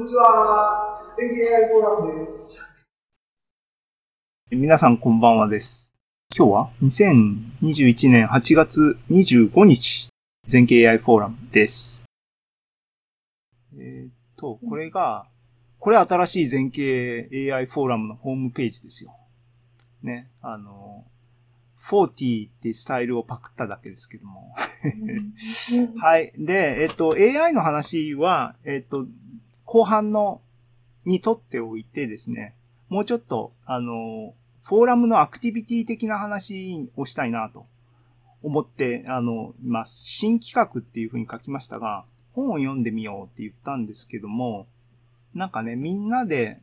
にちは。全経 AI フォーラムです。 皆さんこんばんはです。今日は2021年8月25日、全経 AI フォーラムです。これ新しい全経 AI フォーラムのホームページですよ。ね、40ってスタイルをパクっただけですけども。はい。で、AI の話は、後半にとっておいてですね、もうちょっと、フォーラムのアクティビティ的な話をしたいなと思って、新企画っていう風に書きましたが、本を読んでみようって言ったんですけども、なんかね、みんなで、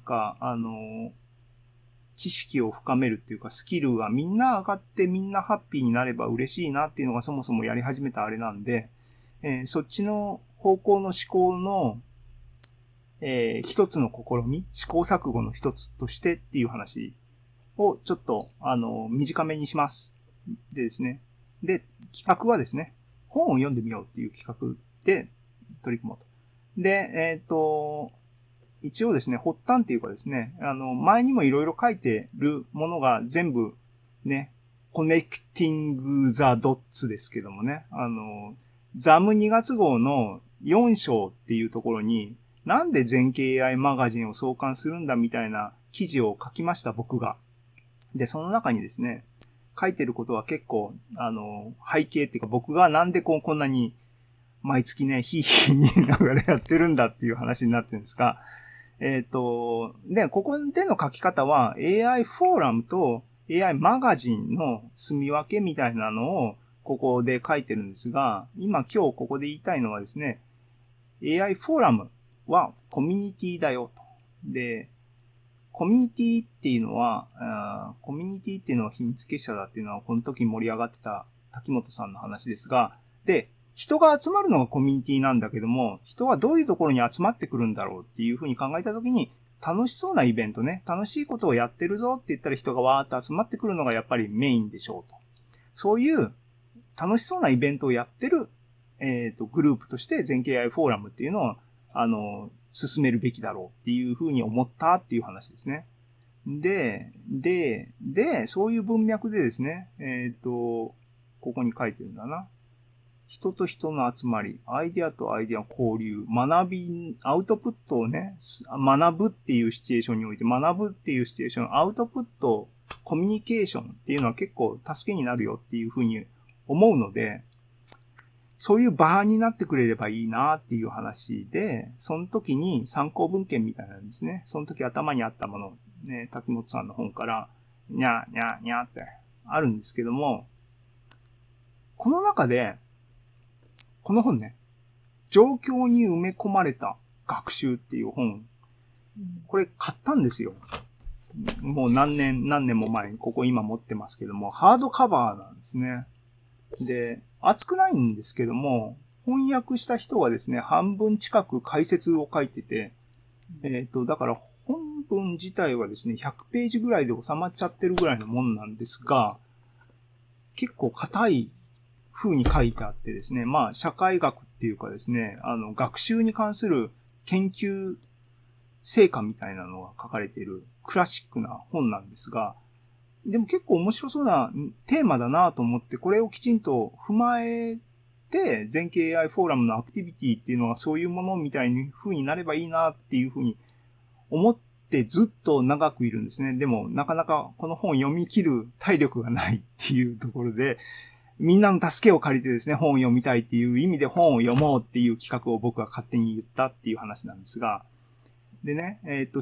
知識を深めるっていうか、スキルがみんな上がってみんなハッピーになれば嬉しいなっていうのがそもそもやり始めたあれなんで、そっちの方向の思考の、一つの試み、試行錯誤の一つとしてっていう話をちょっと、短めにします。でですね。で、企画はですね、本を読んでみようっていう企画で取り組もうと。で、一応ですね、発端っていうかですね、前にもいろいろ書いてるものが全部ね、Connecting the Dots ですけどもね、ザム2月号の4章っていうところに、なんで全経 AI マガジンを創刊するんだみたいな記事を書きました、僕が。で、その中にですね、書いてることは結構、背景っていうか僕がなんでこんなに毎月ね、ヒーヒー言いながらやってるんだっていう話になってるんですが、で、ここでの書き方は AI フォーラムと AI マガジンの住み分けみたいなのをここで書いてるんですが、今ここで言いたいのはですね、AI フォーラムはコミュニティだよと。で、コミュニティっていうのは、コミュニティっていうのは秘密結社だっていうのはこの時盛り上がってた滝本さんの話ですが、で、人が集まるのがコミュニティなんだけども、人はどういうところに集まってくるんだろうっていうふうに考えたときに、楽しそうなイベントね、楽しいことをやってるぞって言ったら人がわーっと集まってくるのがやっぱりメインでしょうと。そういう楽しそうなイベントをやってる、グループとして全経 AI フォーラムっていうのを、進めるべきだろうっていうふうに思ったっていう話ですね。で、そういう文脈でですね、ここに書いてるんだな。人と人の集まり、アイデアとアイデアの交流、学び、アウトプットをね、学ぶっていうシチュエーションにおいて、学ぶっていうシチュエーション、アウトプット、コミュニケーションっていうのは結構助けになるよっていうふうに思うので、そういう場になってくれればいいなっていう話で、その時に参考文献みたいなんですね。その時頭にあったもの、ね、滝本さんの本から、にゃーってあるんですけども、この中で、この本ね、状況に埋め込まれた学習っていう本、これ買ったんですよ。もう何年も前に、ここ今持ってますけども、ハードカバーなんですね。で、厚くないんですけども、翻訳した人がですね、半分近く解説を書いてて、だから本文自体はですね、100ページぐらいで収まっちゃってるぐらいのもんなんですが、結構硬い風に書いてあってですね、まあ、社会学っていうかですね、学習に関する研究成果みたいなのが書かれているクラシックな本なんですが、でも結構面白そうなテーマだなと思って、これをきちんと踏まえて、全経 AI フォーラムのアクティビティっていうのがそういうものみたいに風になればいいなっていう風に思ってずっと長くいるんですね。でもなかなかこの本読み切る体力がないっていうところで、みんなの助けを借りてですね、本を読みたいっていう意味で本を読もうっていう企画を僕は勝手に言ったっていう話なんですが、でね、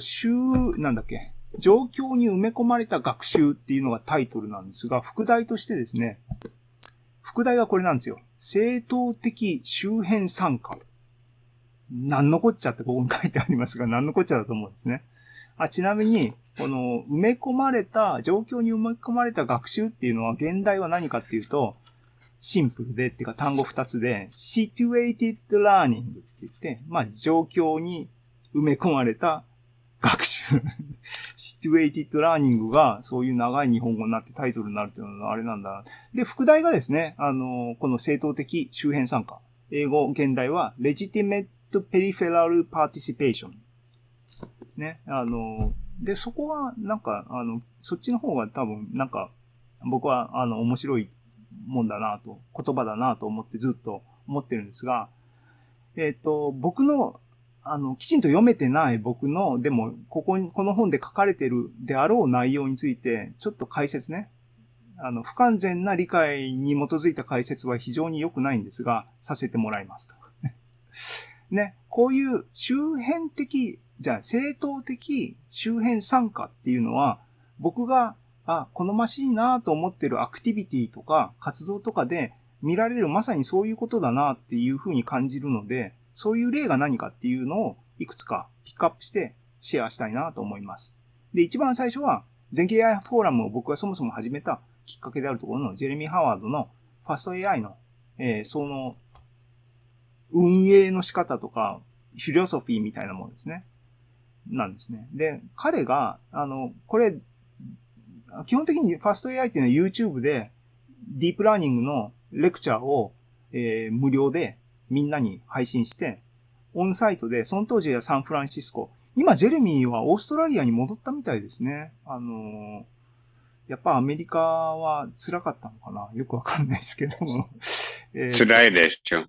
状況に埋め込まれた学習っていうのがタイトルなんですが、副題としてですね、副題がこれなんですよ。正当的周辺参加。何のこっちゃってここに書いてありますが、何のこっちゃだと思うんですね。ちなみに、この状況に埋め込まれた学習っていうのは、現代は何かっていうと、シンプルで、っていうか単語二つで、situated learning って言って、まあ、状況に埋め込まれた学習。situated learning がそういう長い日本語になってタイトルになるっていうのはあれなんだ。で、副題がですね、この正当的周辺参加。英語、現代は legitimate peripheral participation。ね。で、そこは、なんか、そっちの方が多分、なんか、僕は、面白いもんだなと、言葉だなと思ってずっと思ってるんですが、僕の、きちんと読めてない僕の、でも、この本で書かれてるであろう内容について、ちょっと解説ね。不完全な理解に基づいた解説は非常に良くないんですが、させてもらいますと。ね、こういう周辺的、正当的周辺参加っていうのは、僕が、好ましいなと思ってるアクティビティとか活動とかで見られるまさにそういうことだなっていうふうに感じるので、そういう例が何かっていうのをいくつかピックアップしてシェアしたいなと思います。で、一番最初は、全景 AI フォーラムを僕がそもそも始めたきっかけであるところのジェレミー・ハワードのファスト AI の、その運営の仕方とか、フィロソフィーみたいなものですね。なんですね。で、彼が、これ、基本的にファスト AI っていうのは YouTube でディープラーニングのレクチャーを、無料でみんなに配信して、オンサイトで、その当時はサンフランシスコ。今、ジェレミーはオーストラリアに戻ったみたいですね。やっぱアメリカは辛かったのかなよくわかんないですけども。 辛いでしょ。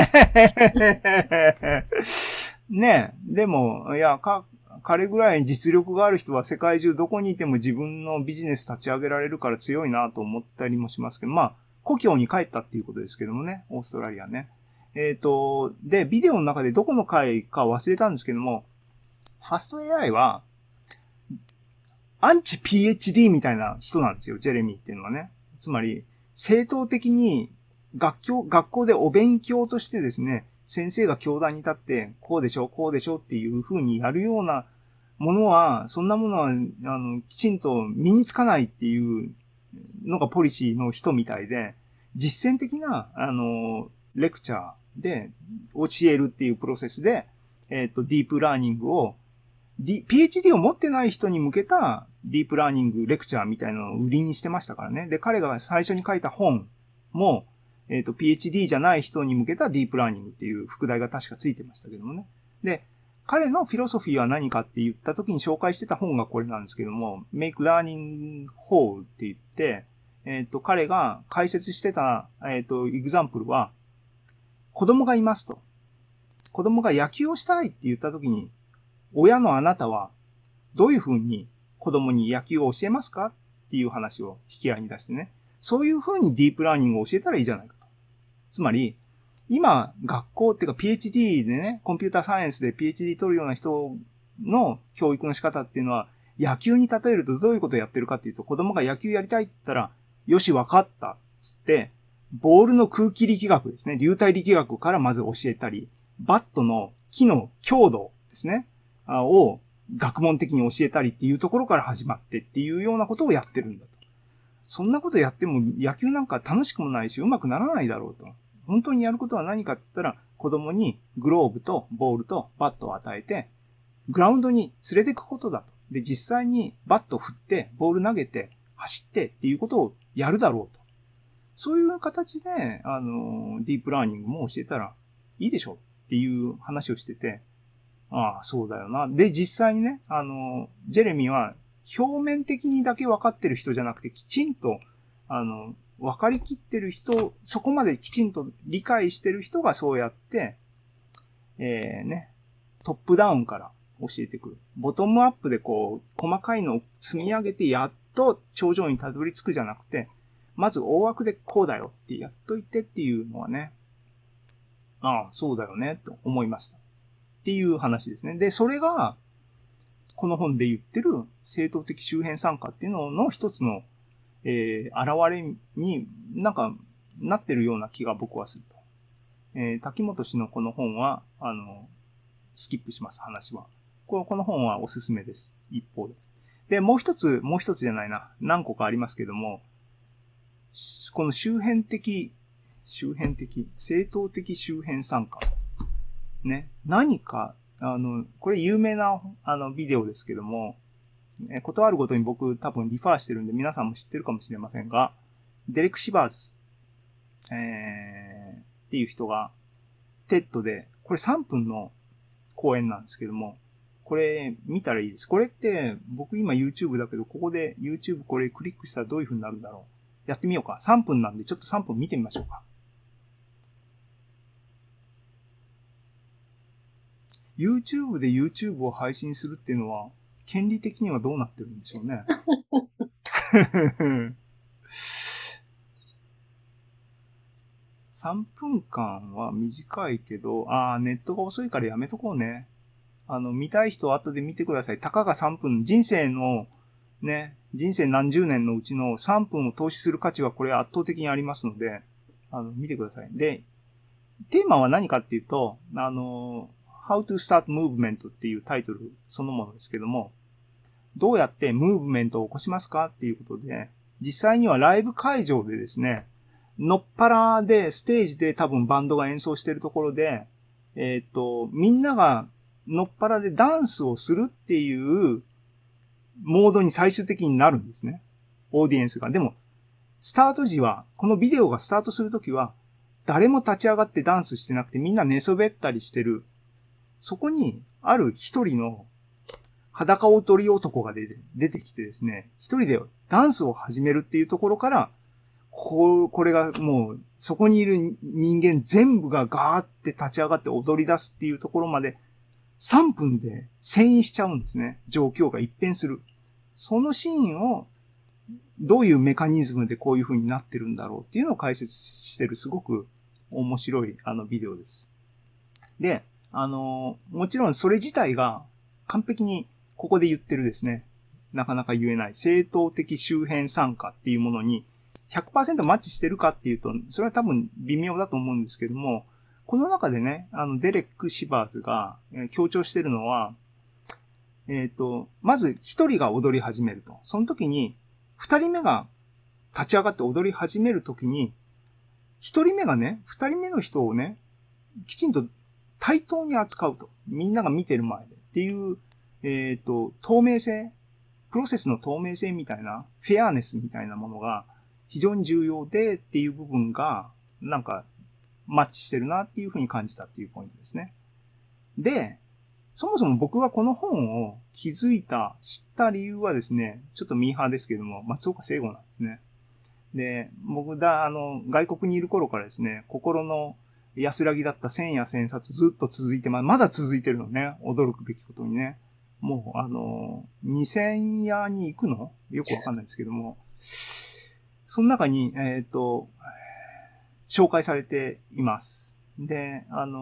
ねえ、でも、いや、彼ぐらい実力がある人は世界中どこにいても自分のビジネス立ち上げられるから強いなと思ったりもしますけど、まあ、故郷に帰ったっていうことですけどもね、オーストラリアね。で、ビデオの中でどこの回か忘れたんですけども、ファスト AI は、アンチ PhD みたいな人なんですよ、ジェレミーっていうのはね。つまり、正当的に学校でお勉強としてですね、先生が教壇に立って、こうでしょ、こうでしょっていう風にやるようなものは、そんなものは、きちんと身につかないっていうのがポリシーの人みたいで、実践的な、レクチャーで教えるっていうプロセスで、ディープラーニングを、PhD を持ってない人に向けたディープラーニングレクチャーみたいなのを売りにしてましたからね。で、彼が最初に書いた本も、PhD じゃない人に向けたディープラーニングっていう副題が確かついてましたけどもね。で、彼のフィロソフィーは何かって言った時に紹介してた本がこれなんですけども、Make Learning Whole って言って、彼が解説してた、エグザンプルは、子供がいますと。子供が野球をしたいって言った時に、親のあなたは、どういうふうに子供に野球を教えますかっていう話を引き合いに出してね。そういうふうにディープラーニングを教えたらいいじゃないかと。つまり、今、学校っていうか PhD でね、コンピューターサイエンスで PhD 取るような人の教育の仕方っていうのは、野球に例えるとどういうことをやってるかっていうと、子供が野球やりたいって言ったら、よし、わかった。つって、ボールの空気力学ですね。流体力学からまず教えたり、バットの木の強度ですね。を学問的に教えたりっていうところから始まってっていうようなことをやってるんだと。そんなことやっても野球なんか楽しくもないし上手くならないだろうと。本当にやることは何かって言ったら子供にグローブとボールとバットを与えてグラウンドに連れて行くことだと。で、実際にバットを振ってボール投げて走ってっていうことをやるだろうと。そういう形で、ディープラーニングも教えたらいいでしょっていう話をしてて、ああ、そうだよな。で、実際にね、ジェレミーは表面的にだけ分かってる人じゃなくて、きちんと、分かりきってる人、そこまできちんと理解してる人がそうやって、トップダウンから教えてくる。ボトムアップでこう、細かいのを積み上げて、やっと頂上にたどり着くじゃなくて、まず大枠でこうだよってやっといてっていうのはね、ああ、そうだよね、と思いました。っていう話ですね。で、それが、この本で言ってる正当的周辺参加っていうのの一つの、現れになってるような気が僕はすると。滝本氏のこの本は、スキップします、話は。この本はおすすめです。一方で。で、もう一つじゃないな。何個かありますけども、この正当的周辺参加。ね。何か、これ有名な、ビデオですけども、ことあるごとに僕多分リファーしてるんで皆さんも知ってるかもしれませんが、デレク・シバーズ、っていう人が、テッドでこれ3分の講演なんですけども、これ見たらいいです。これって僕今 YouTube だけど、ここで YouTube これクリックしたらどういう風になるんだろう。やってみようか。3分なんでちょっと3分見てみましょうか。YouTube で YouTube を配信するっていうのは、権利的にはどうなってるんでしょうね。3分間は短いけど、ネットが遅いからやめとこうね。見たい人は後で見てください。たかが3分、人生何十年のうちの3分を投資する価値はこれ圧倒的にありますので、見てください。で、テーマは何かっていうと、How to Start Movement っていうタイトルそのものですけども、どうやってムーブメントを起こしますかっていうことで、実際にはライブ会場でですね、のっぱらで、ステージで多分バンドが演奏してるところで、みんながのっぱらでダンスをするっていうモードに最終的になるんですね。オーディエンスが。でも、スタート時は、このビデオがスタートするときは、誰も立ち上がってダンスしてなくてみんな寝そべったりしてる。そこに、ある一人の裸踊り男が出てきてですね、一人でダンスを始めるっていうところから、これがもう、そこにいる人間全部がガーって立ち上がって踊り出すっていうところまで、3分で遷移しちゃうんですね。状況が一変する。そのシーンを、どういうメカニズムでこういう風になってるんだろうっていうのを解説してるすごく面白いビデオです。で、もちろんそれ自体が完璧にここで言ってるですね、なかなか言えない正当的周辺参加っていうものに 100% マッチしてるかっていうと、それは多分微妙だと思うんですけども、この中でね、デレック・シバーズが強調してるのは、まず一人が踊り始めると。その時に、二人目が立ち上がって踊り始める時に、一人目がね、二人目の人をね、きちんと対等に扱うと。みんなが見てる前で。っていう、透明性、プロセスの透明性みたいな、フェアネスみたいなものが非常に重要でっていう部分が、なんか、マッチしてるなっていうふうに感じたっていうポイントですね。で、そもそも僕がこの本を知った理由はですね、ちょっとミーハーですけども、松岡聖吾なんですね。で、僕外国にいる頃からですね、心の安らぎだった千夜千冊ずっと続いてまだ続いてるのね、驚くべきことにね。もう2000夜に行くのよくわかんないですけども、その中に、紹介されています。で、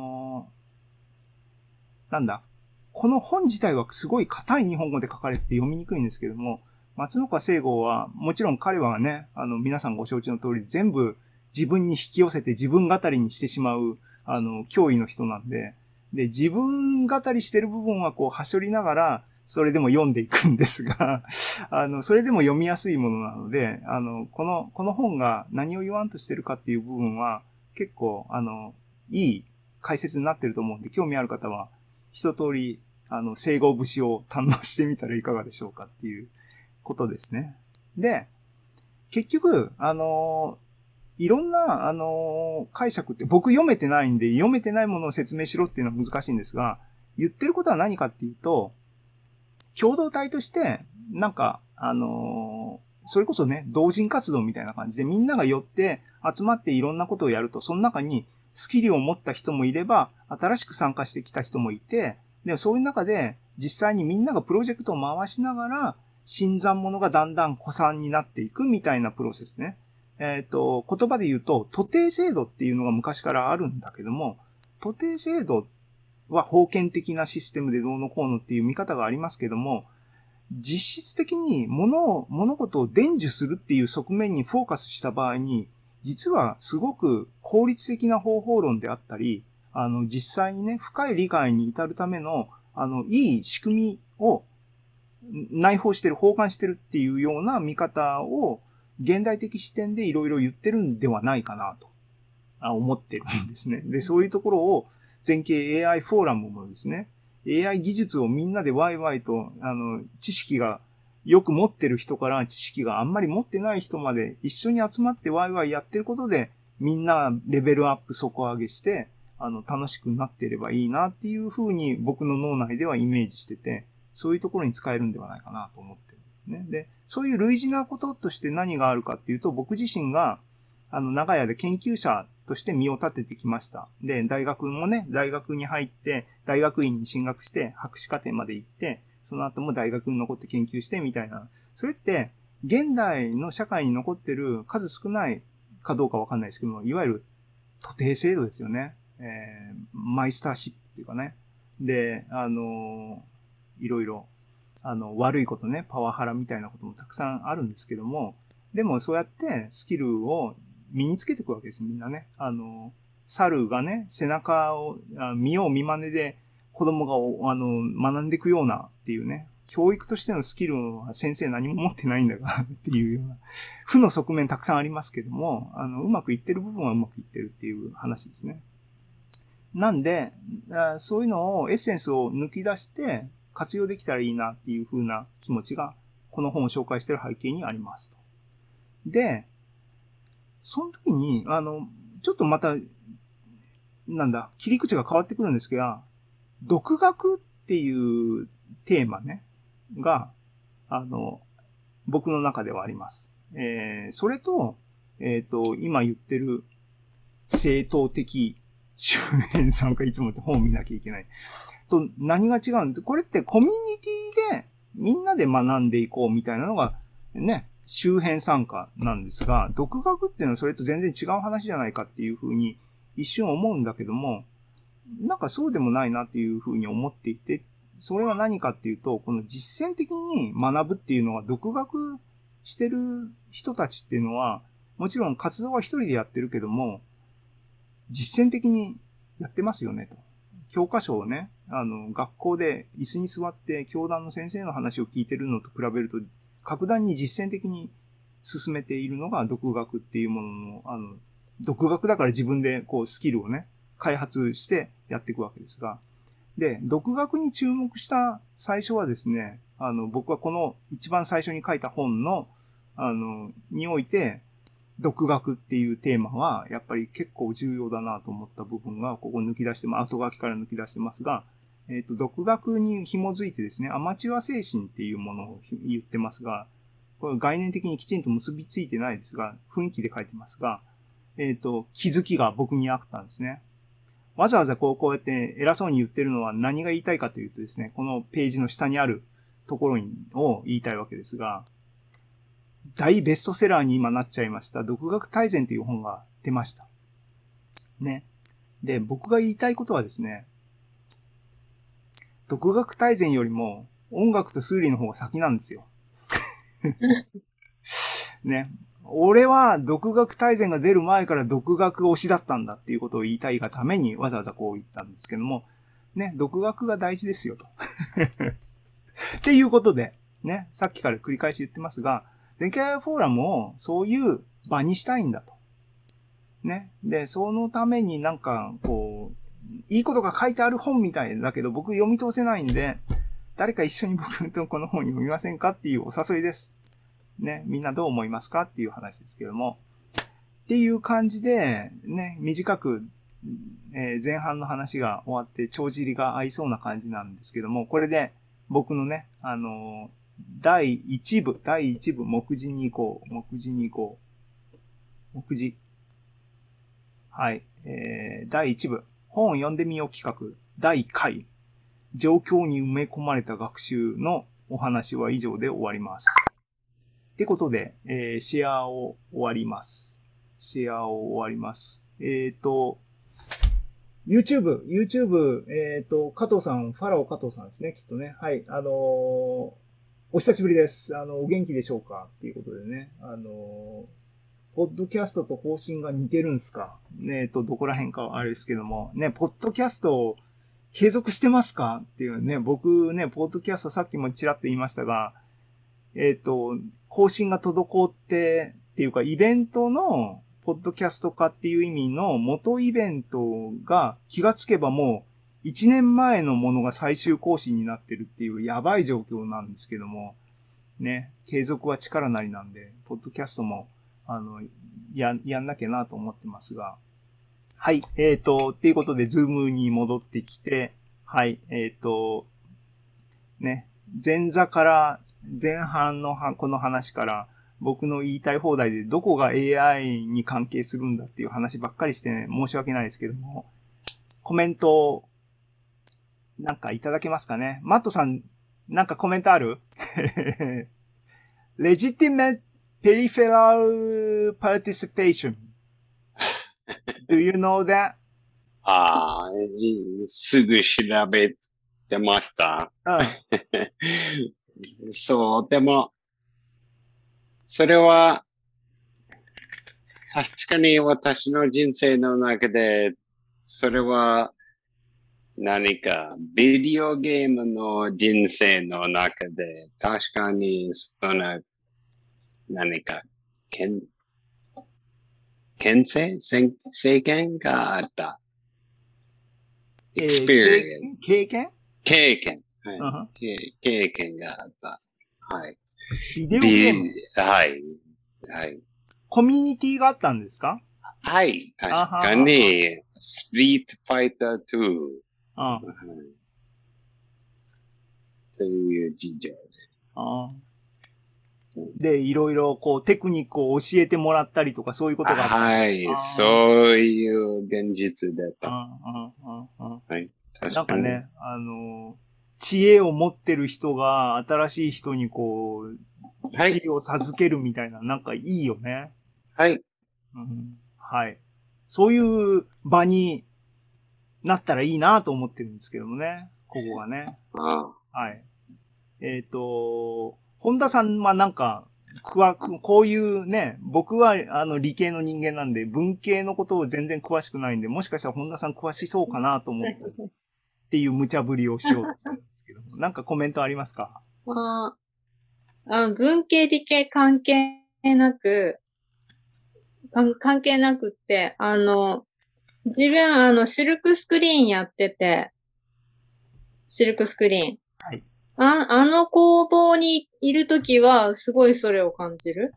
この本自体はすごい硬い日本語で書かれて読みにくいんですけども、松岡聖吾は、もちろん彼はね、皆さんご承知の通り全部自分に引き寄せて自分語りにしてしまう、脅威の人なんで、で、自分語りしてる部分はこう、はしょりながら、それでも読んでいくんですが、それでも読みやすいものなので、この本が何を言わんとしてるかっていう部分は、結構、いい解説になってると思うんで、興味ある方は、一通り、聖吾節を堪能してみたらいかがでしょうかっていうことですね。で、結局、いろんな、解釈って僕読めてないんで、読めてないものを説明しろっていうのは難しいんですが、言ってることは何かっていうと、共同体として、なんか、それこそね、同人活動みたいな感じでみんなが寄って集まっていろんなことをやると、その中にスキルを持った人もいれば、新しく参加してきた人もいて、で、そういう中で実際にみんながプロジェクトを回しながら、新参者がだんだん古参になっていくみたいなプロセスね。言葉で言うと、徒弟制度っていうのが昔からあるんだけども、徒弟制度は封建的なシステムでどうのこうのっていう見方がありますけども、実質的に物事を伝授するっていう側面にフォーカスした場合に、実はすごく効率的な方法論であったり、実際にね、深い理解に至るための、いい仕組みを内包してる、包含してるっていうような見方を、現代的視点でいろいろ言ってるんではないかなと、思ってるんですね。で、そういうところを、全景 AI フォーラムもですね、AI 技術をみんなでワイワイと、知識がよく持ってる人から知識があんまり持ってない人まで一緒に集まってワイワイやってることで、みんなレベルアップ底上げして、 楽しくなっていればいいなっていうふうに僕の脳内ではイメージしてて、そういうところに使えるんではないかなと思ってるんですね。で、そういう類似なこととして何があるかっていうと、僕自身が、長屋で研究者として身を立ててきました。で、大学もね、大学に入って、大学院に進学して、博士課程まで行って、その後も大学に残って研究してみたいな。それって、現代の社会に残ってる数少ないかどうかわかんないですけども、いわゆる徒弟制度ですよね。マイスターシップっていうかね。で、いろいろ、悪いことね、パワハラみたいなこともたくさんあるんですけども、でもそうやってスキルを身につけていくわけです、みんなね。猿がね、背中を、見よう見真似で子供が、学んでいくようなっていうね、教育としてのスキルは先生何も持ってないんだからっていうような、負の側面たくさんありますけども、うまくいってる部分はうまくいってるっていう話ですね。なんで、そういうのを、エッセンスを抜き出して活用できたらいいなっていう風な気持ちが、この本を紹介している背景にありますと。で、その時に、ちょっとまた、切り口が変わってくるんですけど、独学っていうテーマね、が、僕の中ではあります。それと、今言ってる正当的周辺参加いつもって本を見なきゃいけない。と、何が違うんで、これってコミュニティでみんなで学んでいこうみたいなのが、ね、周辺参加なんですが、独学っていうのはそれと全然違う話じゃないかっていうふうに一瞬思うんだけども、なんかそうでもないなっていうふうに思っていて、それは何かっていうと、この実践的に学ぶっていうのは、独学してる人たちっていうのは、もちろん活動は一人でやってるけども、実践的にやってますよねと。教科書をね、学校で椅子に座って教団の先生の話を聞いてるのと比べると、格段に実践的に進めているのが独学っていうものの、独学だから自分でこうスキルをね、開発してやっていくわけですが、で、独学に注目した最初はですね、僕はこの一番最初に書いた本の、において、独学っていうテーマは、やっぱり結構重要だなと思った部分が、ここ抜き出して、後書きから抜き出してますが、独学に紐づいてですね、アマチュア精神っていうものを言ってますが、これ概念的にきちんと結びついてないですが、雰囲気で書いてますが、気づきが僕にあったんですね。わざわざこうやって偉そうに言ってるのは何が言いたいかというとですね、このページの下にあるところを言いたいわけですが、大ベストセラーに今なっちゃいました、独学大全という本が出ました。ね。で、僕が言いたいことはですね、独学大全よりも音楽と数理の方が先なんですよ。ね。俺は独学大全が出る前から独学推しだったんだっていうことを言いたいがためにわざわざこう言ったんですけども、ね、独学が大事ですよと。っていうことで、ね、さっきから繰り返し言ってますが、電気 AI フォーラムをそういう場にしたいんだと。ね。で、そのためになんか、こう、いいことが書いてある本みたいだけど、僕読み通せないんで、誰か一緒に僕とこの本読みませんかっていうお誘いです。ね。みんなどう思いますかっていう話ですけども。っていう感じで、ね、短く、前半の話が終わって帳尻が合いそうな感じなんですけども、これで僕のね、第1部、目次に行こう。目次。はい。第1部、本を読んでみよう企画、第1回、状況に埋め込まれた学習のお話は以上で終わります。ってことで、シェアを終わります。YouTube、加藤さん、ファラオ加藤さんですね、きっとね。はい、お久しぶりです。お元気でしょうかっていうことでね。ポッドキャストと方針が似てるんすかねどこら辺かあれですけども。ね、ポッドキャストを継続してますかっていうね、僕ね、ポッドキャストさっきもちらっと言いましたが、更新が滞っていうか、イベントの、ポッドキャスト化っていう意味の元イベントが気がつけばもう1年前のものが最終更新になってるっていうやばい状況なんですけども、ね、継続は力なりなんで、ポッドキャストも、やんなきゃなと思ってますが、 はい。っていうことで、ズームに戻ってきて、はい。ね。前座から、前半のこの話から、僕の言いたい放題でどこが AI に関係するんだっていう話ばっかりしてね、申し訳ないですけども、コメント、なんかいただけますかね。マットさん、なんかコメントある？Legitimate peripheral participation. Do you know that? ああ、すぐ調べてました。 うん。 そう、でも、それは確かに私の人生の中で、それは何かビデオゲームの人生の中で、確かにその何か、け経験があった。experience 経験経験。はい。 うん。 経験があった。はい。 ビデオゲームはい。はい。 コミュニティがあったんですか？ はい。確あはかはは。 に、ストリートファイター2。 うん。 はいという事情あで。 で、いろいろこうテクニックを教えてもらったりとかそういうことがあった。 はい。 あそういう現実だっあ、 た。 あはい。 な確かに。 んかね、知恵を持ってる人が新しい人にこう、 はい。 知恵を授けるみたいな、なんかいいよね。 はい。 うん、はい。そういう場になったらいいなと思ってるんですけどもね。ここがね。 あはい。本田さんはなんか、こういうね、僕は理系の人間なんで、文系のことを全然詳しくないんで、もしかしたら本田さん詳しそうかなと思って、っていう無茶ぶりをしようとしてるんですけど、なんかコメントありますか？ 文系理系関係なく、関係なくって、自分、シルクスクリーンやってて、シルクスクリーン。 はい。 あの工房にいるときは、すごいそれを感じる。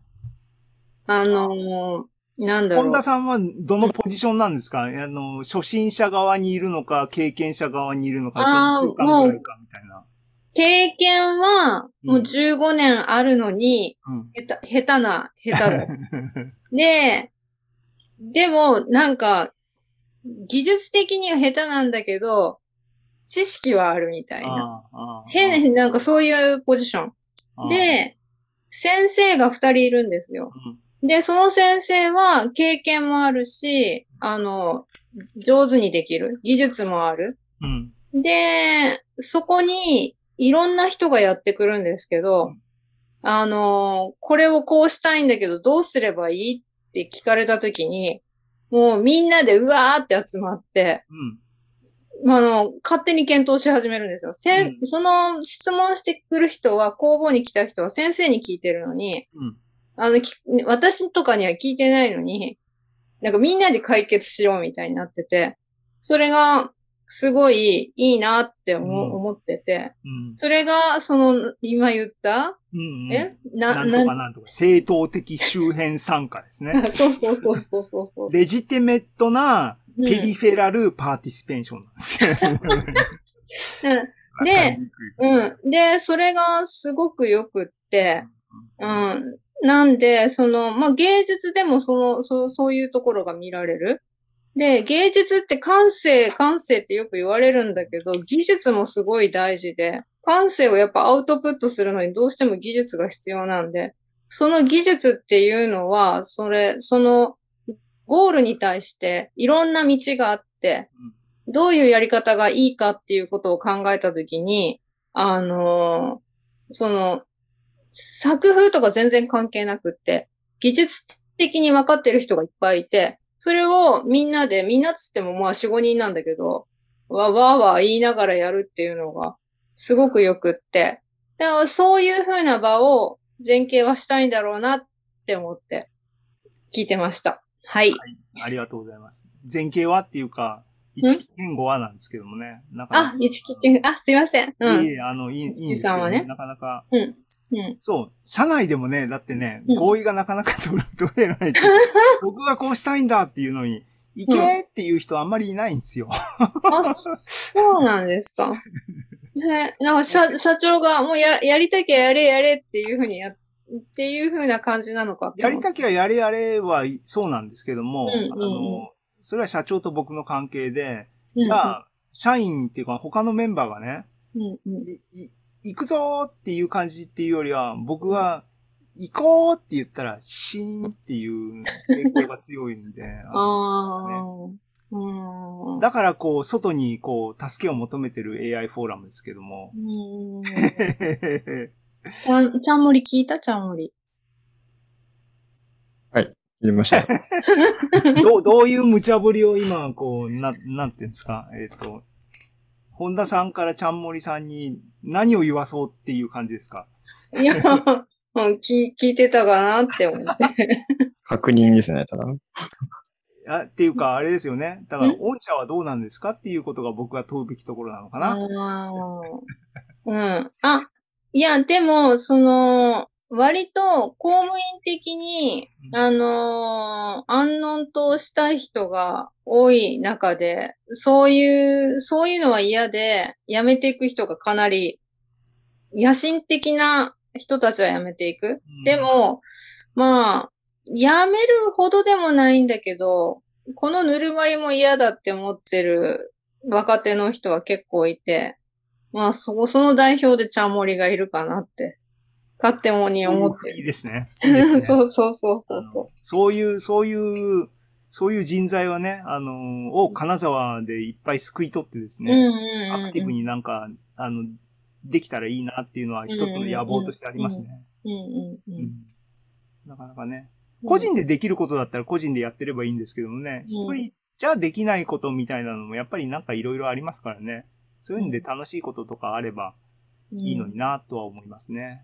なんだ本田ろさんはどのポジションなんですか？初心者側にいるのか、経験者側にいるのか、その中間ぐもう、 らいか、みたいな。 経験は、もううん。 15年あるのに、 うん。 下手だ。で、でも、なんか、技術的には下手なんだけど、知識はあるみたいな。 ああ、あなんかそういうポジション。 あ、 で、先生が2人いるんですよ。 うん。 で、その先生は経験もあるし、上手にできる。技術もある。 うん。 で、そこにいろんな人がやってくるんですけど、これをこうしたいんだけど、どうすればいいって聞かれたときに、もうみんなでうわーって集まって、 うん。 勝手に検討し始めるんですよ。その質問してくる人は、工房に来た人は先生に聞いてるのに、 うん。 私とかには聞いてないのに、なんかみんなで解決しようみたいになってて、それがすごいいいなって思ってて、 うん。 それが、今言ったうん。なな、 んとかなんとか。正当的周辺参加ですね。 そう。 レジテメットなうんペリフェラルパーティシペーションなんですよ。 で、それがすごく良くって、なんで、芸術でもそういうところが見られる。で、芸術って感性ってよく言われるんだけど、技術もすごい大事で、感性をやっぱアウトプットするのにどうしても技術が必要なんで、その技術っていうのは、ゴールに対していろんな道があって、どういうやり方がいいかっていうことを考えたときに、作風とか全然関係なくって、技術的に分かってる人がいっぱいいて、それをみんなつってもまあ4、5人なんだけど、わー言いながらやるっていうのがすごくよくって、だからそういう風な場を前傾はしたいんだろうなって思って聞いてました。はい。 ありがとうございます。前傾はっていうか、一木言語はなんですけどもね。なかなか。 一木言語、すいません。うん。 いいんですけどね。なかなか。そう。社内でもね、だってね、合意がなかなか取れないって。僕がこうしたいんだっていうのに、 行けっていう人あんまりいないんですよ。 あ、そうなんですか。ね、なんか社長がもうやりたきゃやれやれっていうふうにっていうふうな感じなのかってやり思って。 たきゃやれやれはそうなんですけども、 うんそれは社長と僕の関係で、 うんじゃあ、社員っていうか他のメンバーがね、 うんうん行くぞーっていう感じっていうよりは、僕が行こうって言ったら、シーンっていう影響が強いんで、 ああ、うん。 だからこう、外にこう、助けを求めてる AI フォーラムですけども。 ちゃんもり聞いたちゃんもり。 はい、入れましたよ。 どういう無茶ぶりを今、こう、なんていうんですか、本田さんからちゃんもりさんに何を言わそうっていう感じですか？ いや、聞いてたかなって思って。 確認ですね、ただ。 っていうか、あれですよね。だから、御社はどうなんですかっていうことが僕が問うべきところなのかな。 うん。いや、でも、割と公務員的に、安穏としたい人が多い中で、そういうのは嫌で、辞めていく人がかなり、野心的な人たちは辞めていく。でも、まあ、辞めるほどでもないんだけど、このぬるま湯も嫌だって思ってる若手の人は結構いて、まあ、その代表でちゃんもりがいるかなって、勝手もに思ってる。 いいですね。いいですね。 そういう人材はね、を金沢でいっぱい救い取ってですね、アクティブになんか、できたらいいなっていうのは一つの野望としてありますね。なかなかね。個人でできることだったら個人でやってればいいんですけどもね、一人じゃできないことみたいなのもやっぱりなんかいろいろありますからね。そういうので楽しいこととかあればいいのになとは思いますね。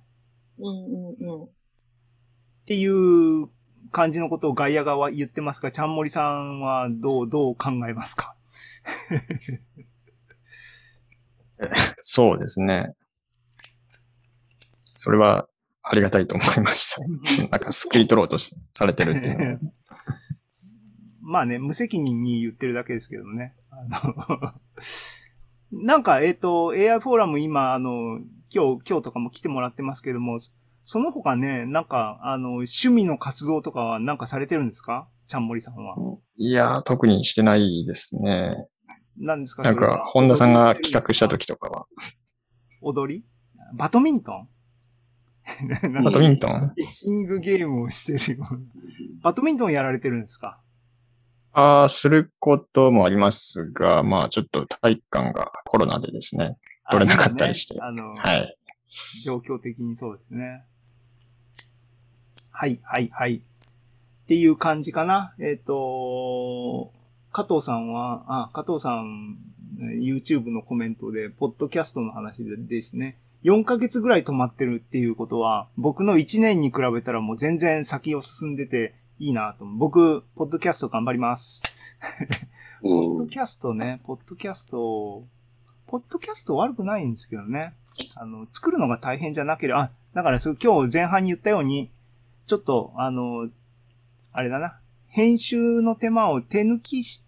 っていう感じのことを外野側は言ってますが、ちゃんもりさんはどう考えますか？ そうですね。それはありがたいと思いました。なんか救い取ろうとされてるっていうのは。 まあね、無責任に言ってるだけですけどね。なんか、AI フォーラム今、今日とかも来てもらってますけども、その他ね、なんか、趣味の活動とかはなんかされてるんですか？ちゃんもりさんは。 いやー、特にしてないですね。 何ですか？ なんか、本田さんが企画した時とかは。 踊り？バドミントン？ バドミントン？ レーシングゲームをしてるよ。バドミントンやられてるんですか？ することもありますが、まあちょっと体育館がコロナでですね、取れなかったりして。はい。 状況的にそうですね。はい。っていう感じかな。加藤さん、YouTube のコメントで、ポッドキャストの話でですね、4ヶ月ぐらい止まってるっていうことは、僕の1年に比べたらもう全然先を進んでていいなと思う。僕、ポッドキャスト頑張ります。ポッドキャスト悪くないんですけどね。作るのが大変じゃなければ、だから今日前半に言ったように、ちょっと、あれだな。編集の手間を手抜きして、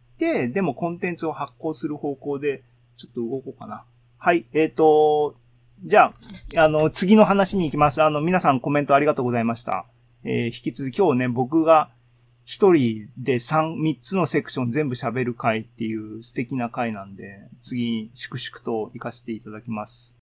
でもコンテンツを発行する方向で、ちょっと動こうかな。はい。じゃあ、次の話に行きます。皆さんコメントありがとうございました。引き続き今日ね、僕が一人で3つのセクション全部喋る回っていう素敵な回なんで、次、粛々と行かせていただきます。